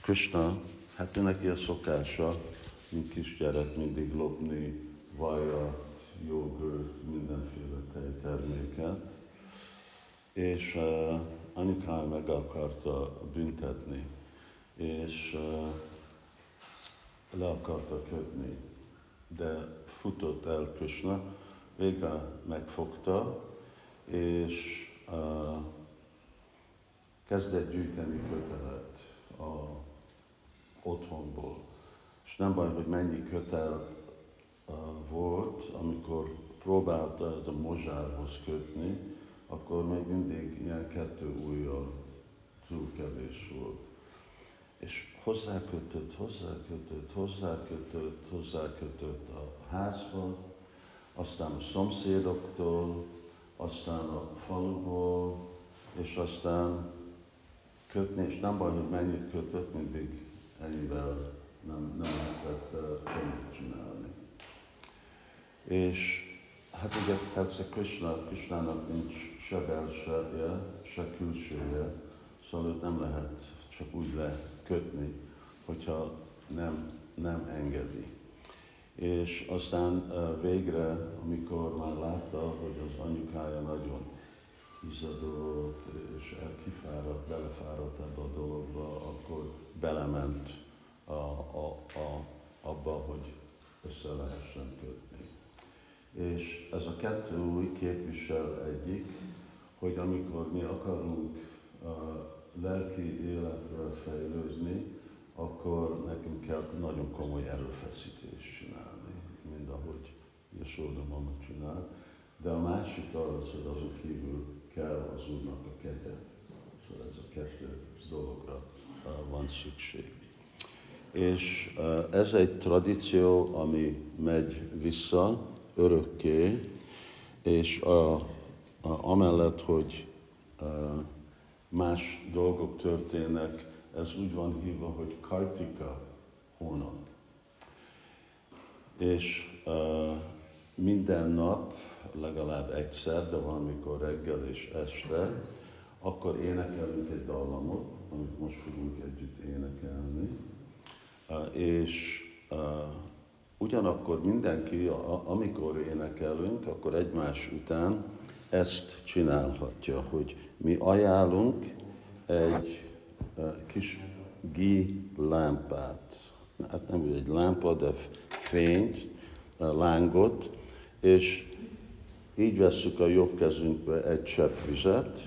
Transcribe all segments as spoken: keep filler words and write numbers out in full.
Krishna, hát ő neki a szokása, mint kisgyerek mindig lopni vajat, jogurt, mindenféle tejterméket, és uh, anyukája meg akarta büntetni, és uh, le akarta kötni, de futott el Krishna, végre megfogta, és uh, kezdett gyűjteni kötelet a otthonból. És nem baj, hogy mennyi kötel uh, volt, amikor próbálta a mozsárhoz kötni, akkor még mindig ilyen kettő ujjal túl kevés volt. És hozzákötött, hozzákötött, hozzákötött, hozzákötött a házba, aztán a szomszédoktól, aztán a faluból, és aztán kötni, és nem baj, hogy mennyit kötött, mindig ennyivel nem, nem lehetett uh, semmit csinálni. És hát ugye persze Krishna, Krishnának nincs se belseje, se külsője, szóval őt nem lehet csak úgy lekötni, hogyha nem, nem engedi. És aztán uh, végre, amikor már látta, hogy az anyukája nagyon izzadott és kifáradt, belefáradt ebbe a dologba, akkor belement a, a, a, abba, hogy össze lehessen kötni. És ez a kettő új képvisel egyik, hogy amikor mi akarunk a lelki életre fejlődni, akkor nekünk kell nagyon komoly erőfeszítést csinálni, mind ahogy Jasóda mama csinál. De a másik az, hogy azon kívül kell az Úrnak a keze. Szóval ez a kettő dologra van szükség. És ez egy tradíció, ami megy vissza örökké, és a, a, amellett, hogy a, más dolgok történnek, ez úgy van hívva, hogy Kartika hónap. És uh, minden nap, legalább egyszer, de valamikor reggel és este, akkor énekelünk egy dallamot, amit most fogunk együtt énekelni. Uh, és uh, ugyanakkor mindenki, a, amikor énekelünk, akkor egymás után ezt csinálhatja, hogy mi ajánlunk egy uh, kis gí lámpát, hát nem egy lámpa, de fényt, uh, lángot, és így vesszük a jobb kezünkbe egy csepp vizet,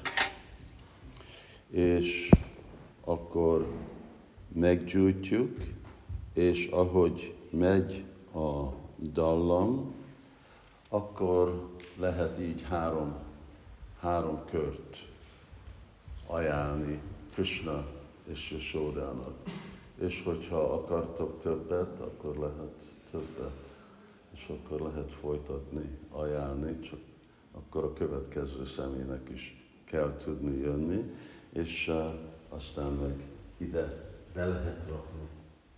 és akkor meggyújtjuk, és ahogy megy a dallam, akkor lehet így három, három kört ajánlni Krishna és Jasódának. És hogyha akartok többet, akkor lehet többet. És akkor lehet folytatni, ajánlni, csak akkor a következő személynek is kell tudni jönni, és uh, aztán meg ide be lehet rakni.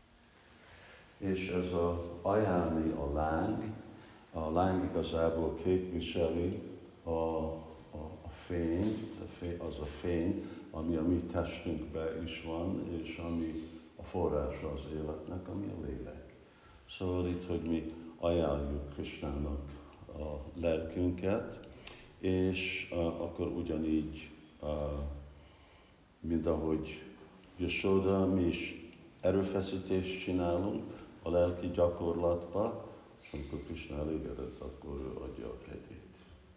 És ez az ajánlni a láng, a láng igazából képviseli a, a, a fényt, a fény, az a fény, ami a mi testünkben is van, és ami a forrása az életnek, ami a lélek. Szóval itt, hogy mi ajánljuk Krishnának a lelkünket, és uh, akkor ugyanígy, uh, mint ahogy Jasóda, mi is erőfeszítést csinálunk a lelki gyakorlatba, és amikor Krishna elégedett, akkor ő adja a kegyét.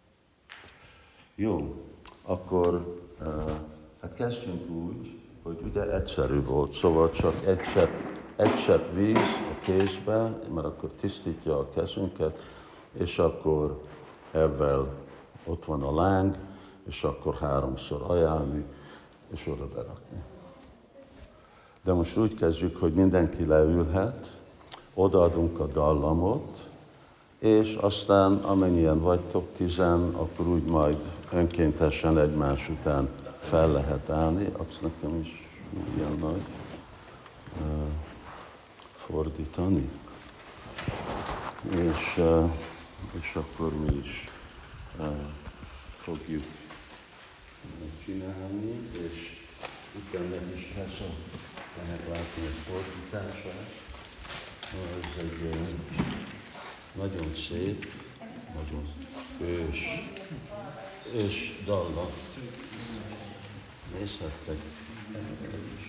Jó, akkor uh, hát kezdjünk úgy, hogy ugye egyszerű volt, szóval csak egy csepp, egy csepp víz a kézbe, mert akkor tisztítja a kezünket, és akkor ebben ott van a láng, és akkor háromszor ajánlni, és oda berakni. De most úgy kezdjük, hogy mindenki leülhet, odaadunk a dallamot, és aztán amennyien vagytok, tizen, akkor úgy majd önkéntesen egymás után fel lehet állni. Adsz nekem is ilyen nagy uh, fordítani. És, uh, és akkor mi is uh, fogjuk csinálni, és utána is ez a meglátni egy fordítását. Ez egy nagyon szép, nagyon ős, ős dalla. Nézhettek is.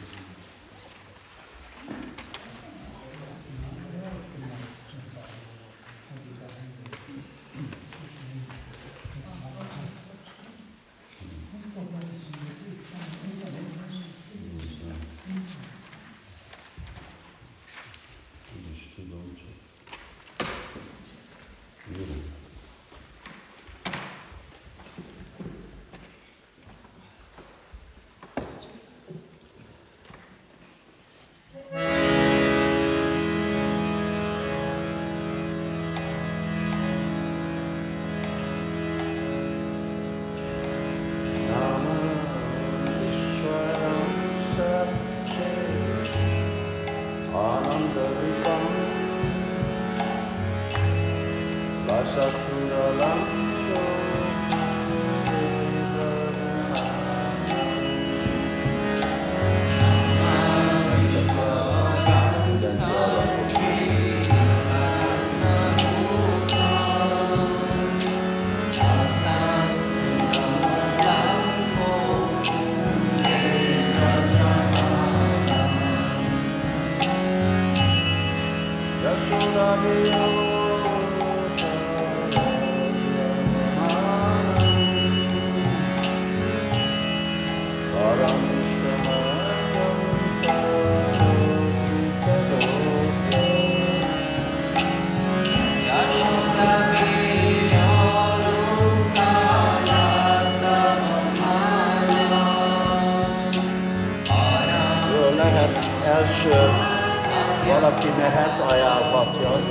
Első valaki mehet, ajánlhatja.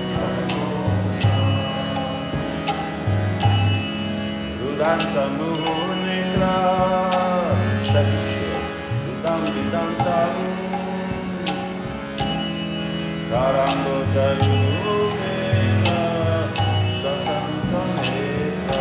Rudanta Munika, segítség. Rudam Vidanta, Karambota Yumina, Satantaneka.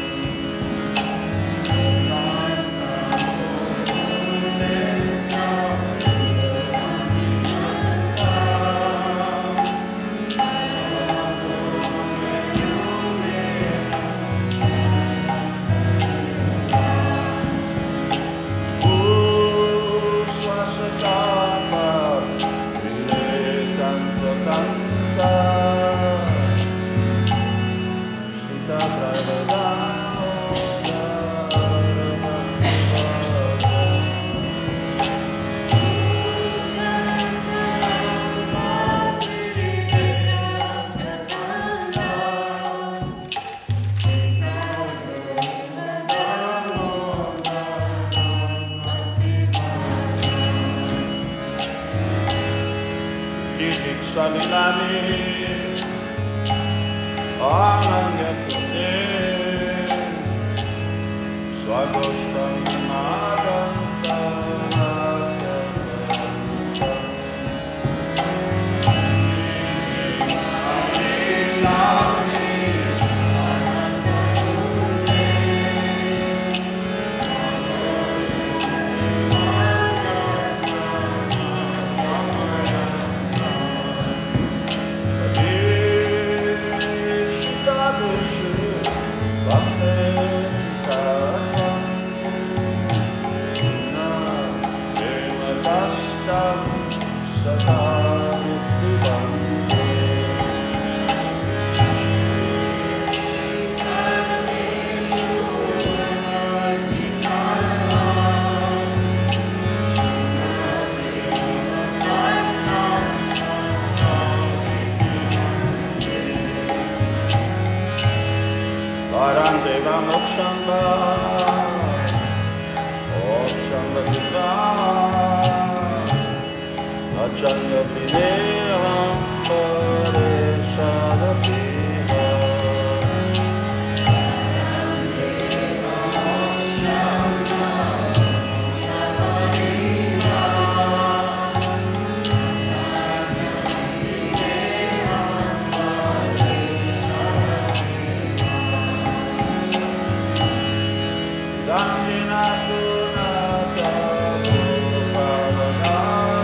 Salilani, Ananyakunde, Swagostam Madanta, Salilani, Deva Mokshamba, Mokshamba Diva, Achanga Pideham Pareshada Piva. Dandina Tunata Bhavana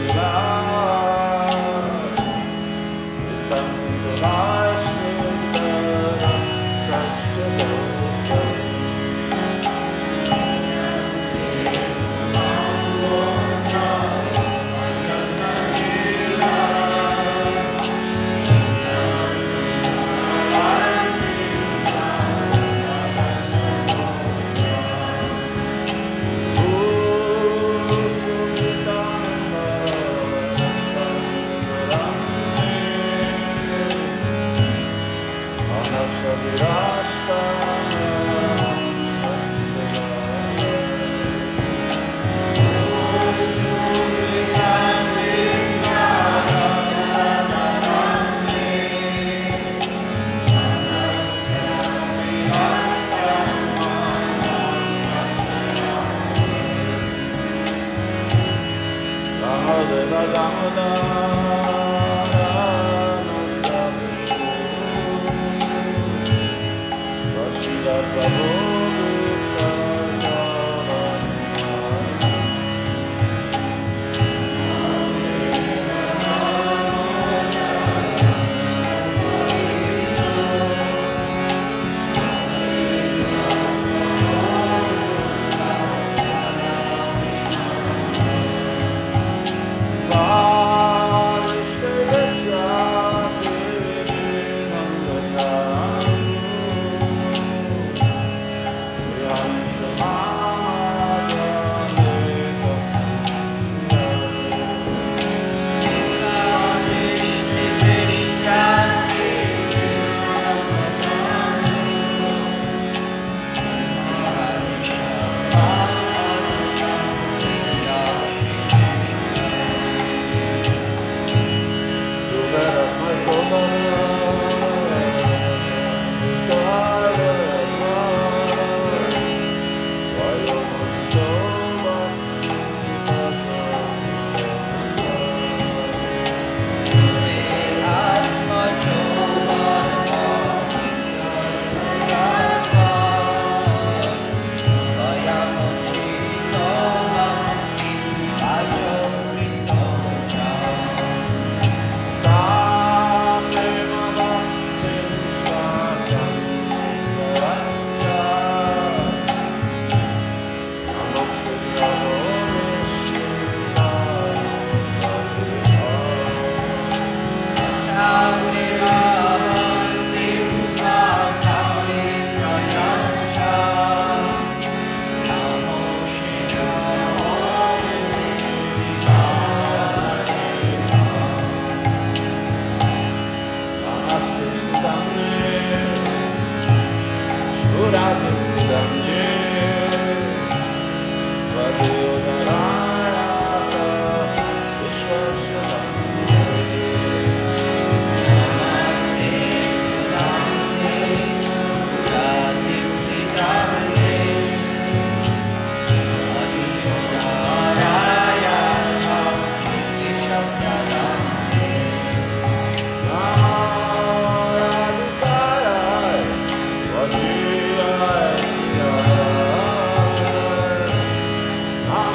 Ah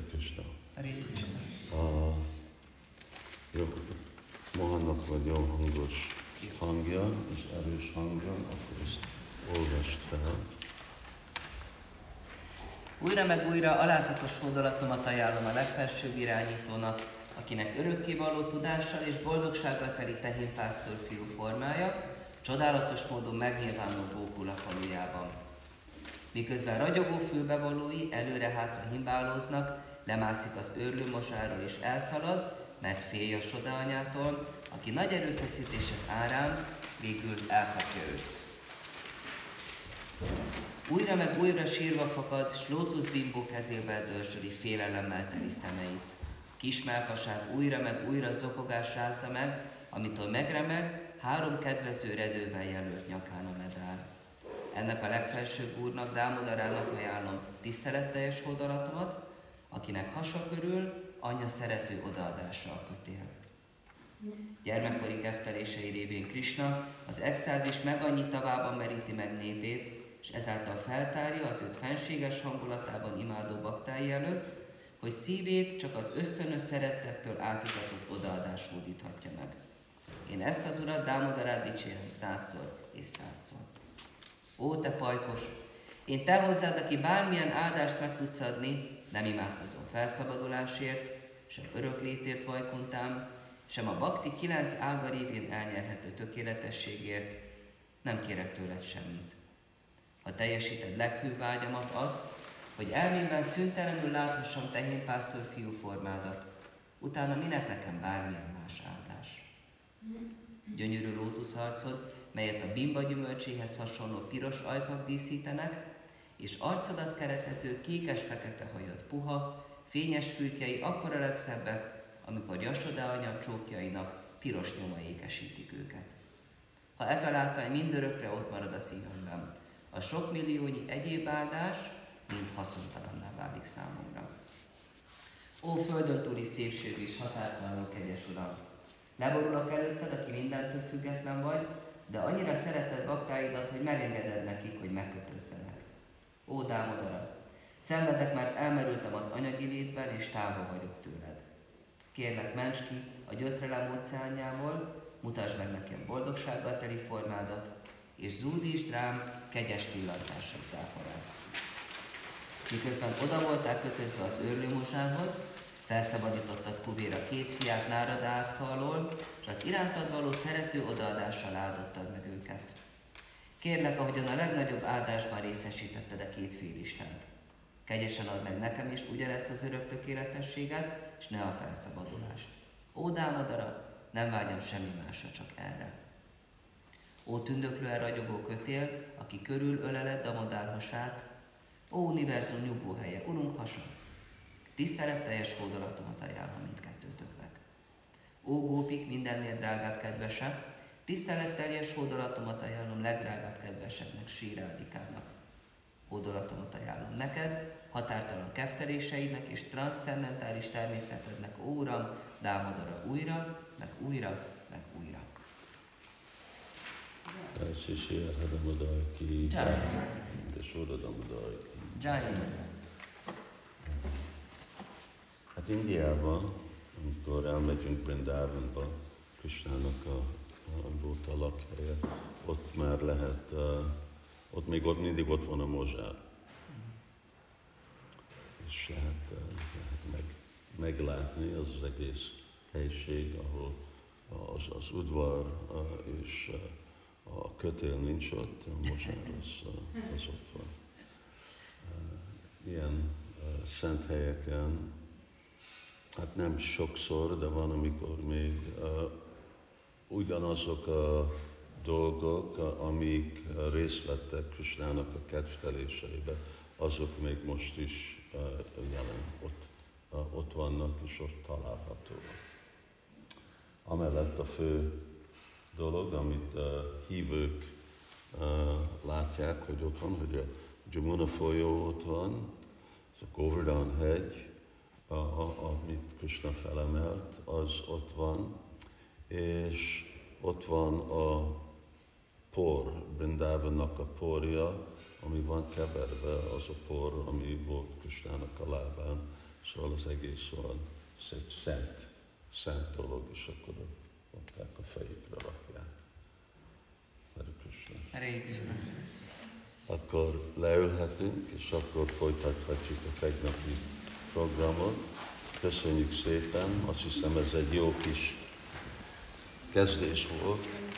Krishna. Hare Krishna. Uh, jó, Mohannak vagy jó hangos hangja, és erős hangja, akkor ezt olvast fel. Újra meg újra alázatos hódolatomat ajánlom a legfelsőbb irányítónak, akinek örökkévaló tudással és boldogsággal teli tehénpásztor fiú formája, csodálatos módon megnyilvánul Gókula falujában. Miközben ragyogó fülbevalói előre-hátra himbálóznak, lemászik az őrlőmosáról és elszalad, mert fél Jasoda anyától, aki nagy erőfeszítések árán végül elkapja őt. Újra meg újra sírva fakad, s lótuszbimbó kezével dörzsöli félelemmel teli szemeit. Kis mellkasát újra meg újra zokogás rázza meg, amitől megremeg, három kedvező redővel jelölt nyakán a medál. Ennek a legfelsőbb úrnak, Dámodarának ajánlom tiszteletteljes hódolatomat, akinek hasa körül anyja szerető odaadással kötél. Gyermekkori keftelései révén Krishna az extázis meg annyi tavában meríti meg népét, és ezáltal feltárja az őt fenséges hangulatában imádó baktái előtt, hogy szívét csak az ösztönös szeretettől átitatott odaadás hódíthatja meg. Én ezt az urat, Dámodarát dicsérem százszor és százszor. Ó, te pajkos! Én te hozzád, aki bármilyen áldást meg tudsz adni, nem imádkozom felszabadulásért, sem öröklétért vajkuntám, sem a bakti kilenc ága révén elnyerhető tökéletességért, nem kérek tőled semmit. Ha teljesíted leghűbb vágyamat, azt, hogy elmémben szüntelenül láthassam tehénpásztor fiú formádat, utána minek nekem bármilyen más áldás. Gyönyörű lótuszarcod, melyet a bimba gyümölcséhez hasonló piros ajkak díszítenek, és arcodat keretező kékes-fekete hajad puha, fényes fürtjei akkora legszebbek, amikor Jasoda anya csókjainak piros nyoma ékesítik őket. Ha ez a látvány mindörökre ott marad a szívemben, a sok milliónyi egyéb áldás mind haszontalanná válik számomra. Ó, földön túli szépségű és határtalanul kegyes Uram! Leborulok előtted, aki mindentől független vagy, de annyira szereted baktáidat, hogy megengeded nekik, hogy megkötözzenek. Ó, Dámodara! Szenvedek, mert elmerültem az anyagi létben, és távol vagyok tőled. Kérlek, ments ki a gyötrelem óceánjából, mutasd meg nekem boldogsággal teli formádat, és zúdítsd rám kegyes pillantásod záporát. Miközben oda voltál kötözve az őrlőmosához, felszabadítottad Kubéra két fiát Nárada ágta alól, és az irántad való szerető odaadással áldottad meg őket. Kérlek, ahogyan a legnagyobb áldásban részesítetted a két félistent. Kegyesen add meg nekem is ugyanezt az örök tökéletességet, és ne a felszabadulást. Ó, Dámodara, nem vágyam semmi másra, csak erre. Ó, tündöklően ragyogó kötél, aki körül öleled Damodár hasát, ó, univerzum nyugvóhelye, Urunk hasa, tiszteletteljes hódolatomat ajánlom mindkettőtöknek. Ó, gópik, mindennél drágább kedvese, tiszteletteljes hódolatomat ajánlom legdrágább kedvesednek, Síráldikának. Hódolatomat ajánlom neked, határtalan kefteléseidnek és transzcendentális természetednek, ó Uram, Dámodara újra, meg újra, meg újra. Sisi Hadamadai ki, Yasoda Damadai ki. Jai. Hát Indiában, amikor elmegyünk Brindavanba, Krishnának a, a volt a lakhelye, ott már lehet, uh, ott még ott mindig ott van a mozsár. És lehet, uh, lehet meg, meglátni az, az egész helység, ahol az, az udvar uh, és uh, a kötél nincs ott, a mozsár az, uh, az ott van. Uh, ilyen uh, szent helyeken, hát nem sokszor, de van, amikor még uh, ugyanazok a dolgok, amik részt vettek Krishnának a kedvteléseibe, azok még most is uh, jelen ott, uh, ott vannak és ott találhatóak. Amellett a fő dolog, amit a uh, hívők uh, látják, hogy ott van, hogy a Jamuna folyó ott van, ez a Govardhan hegy, a, a, amit Krishna felemelt, az ott van, és ott van a por, Brindavannak a porja, ami van keverve, az a por, ami volt Krishnának a lábán, Szóval az egész olyan egy szent, szent dolog, és akkor adták a fejükre rakják. Hare Krishna. Hare Krishna. Akkor leülhetünk, és akkor folytathatjuk a tegnapi programot. Köszönjük szépen, azt hiszem ez egy jó kis kezdés volt.